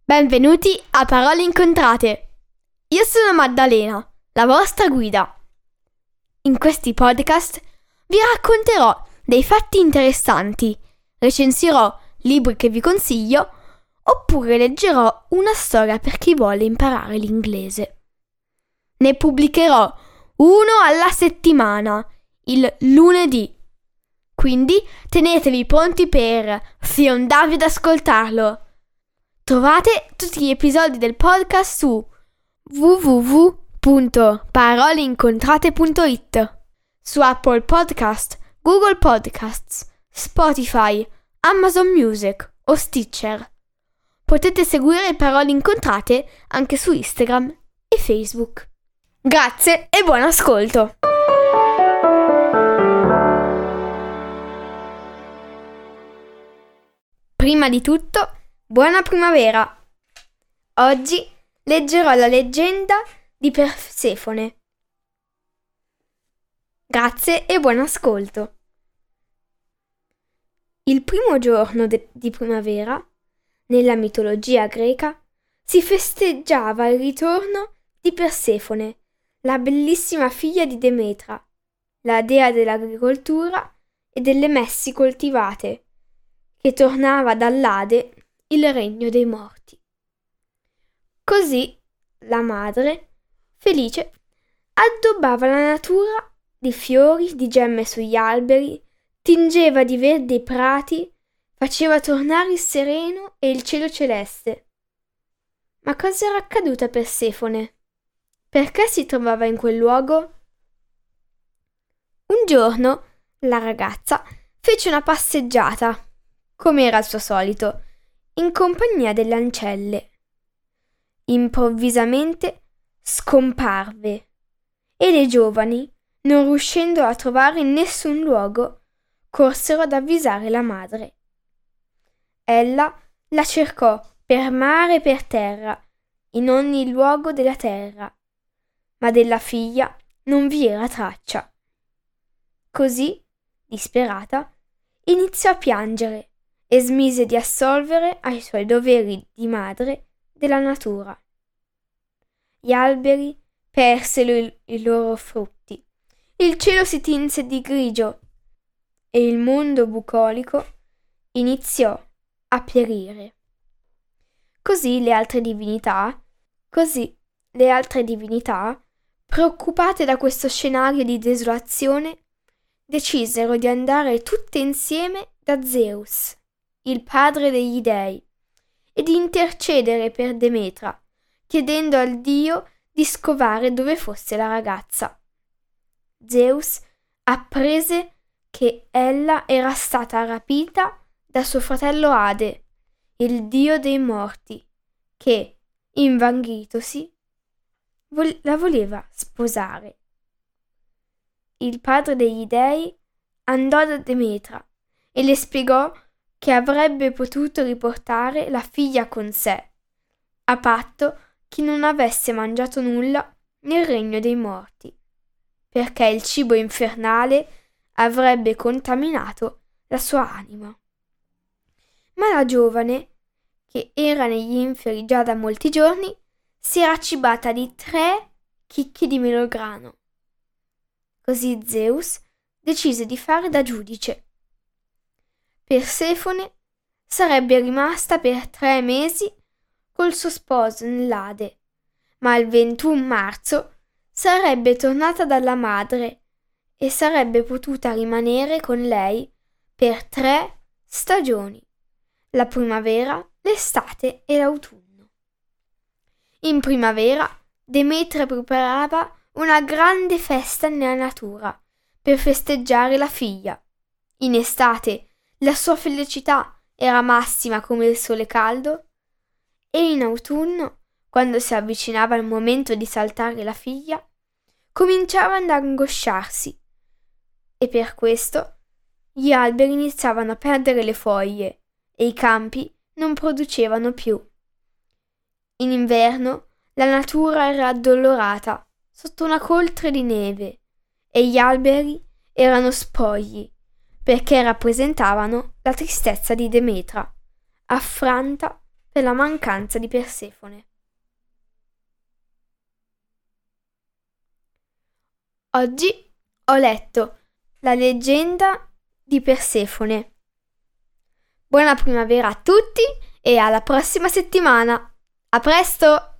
Benvenuti a Parole Incontrate. Io sono Maddalena, la vostra guida. In questi podcast vi racconterò dei fatti interessanti, recensirò libri che vi consiglio, oppure leggerò una storia per chi vuole imparare l'inglese. Ne pubblicherò uno alla settimana, il lunedì. Quindi tenetevi pronti per fiondarvi ad ascoltarlo. Trovate tutti gli episodi del podcast su www.paroleincontrate.it, su Apple Podcast, Google Podcasts, Spotify, Amazon Music o Stitcher. Potete seguire Parole Incontrate anche su Instagram e Facebook. Grazie e buon ascolto! Prima di tutto, buona primavera! Oggi leggerò la leggenda di Persefone. Grazie e buon ascolto! Il primo giorno di primavera, nella mitologia greca, si festeggiava il ritorno di Persefone, la bellissima figlia di Demetra, la dea dell'agricoltura e delle messi coltivate, che tornava dall'Ade, il regno dei morti. Così la madre, felice, addobbava la natura di fiori, di gemme sugli alberi, tingeva di verde i prati, faceva tornare il sereno e il cielo celeste. Ma cosa era accaduto a Persefone? Perché si trovava in quel luogo? Un giorno la ragazza fece una passeggiata, come era il suo solito, in compagnia delle ancelle. Improvvisamente scomparve e le giovani, non riuscendo a trovare in nessun luogo, corsero ad avvisare la madre. Ella la cercò per mare e per terra, in ogni luogo della terra, ma della figlia non vi era traccia. Così, disperata, iniziò a piangere e smise di assolvere ai suoi doveri di madre della natura. Gli alberi persero i loro frutti, il cielo si tinse di grigio e il mondo bucolico iniziò a perire. Così le altre divinità, preoccupate da questo scenario di desolazione, decisero di andare tutte insieme da Zeus, il padre degli dei, e di intercedere per Demetra, chiedendo al dio di scovare dove fosse la ragazza. Zeus apprese che ella era stata rapita da suo fratello Ade, il dio dei morti, che, invanghitosi, la voleva sposare. Il padre degli dei andò da Demetra e le spiegò che avrebbe potuto riportare la figlia con sé, a patto che non avesse mangiato nulla nel regno dei morti, perché il cibo infernale avrebbe contaminato la sua anima. Ma la giovane, che era negli inferi già da molti giorni, si era cibata di 3 chicchi di melograno. Così Zeus decise di fare da giudice. Persefone sarebbe rimasta per 3 mesi col suo sposo nell'Ade, ma il 21 marzo sarebbe tornata dalla madre e sarebbe potuta rimanere con lei per 3 stagioni, la primavera, l'estate e l'autunno. In primavera Demetra preparava una grande festa nella natura per festeggiare la figlia. In estate la sua felicità era massima come il sole caldo, e in autunno, quando si avvicinava il momento di saltare la figlia, cominciava ad angosciarsi, e per questo gli alberi iniziavano a perdere le foglie e i campi non producevano più. In inverno la natura era addolorata sotto una coltre di neve e gli alberi erano spogli perché rappresentavano la tristezza di Demetra, affranta per la mancanza di Persefone. Oggi ho letto la leggenda di Persefone. Buona primavera a tutti e alla prossima settimana. A presto!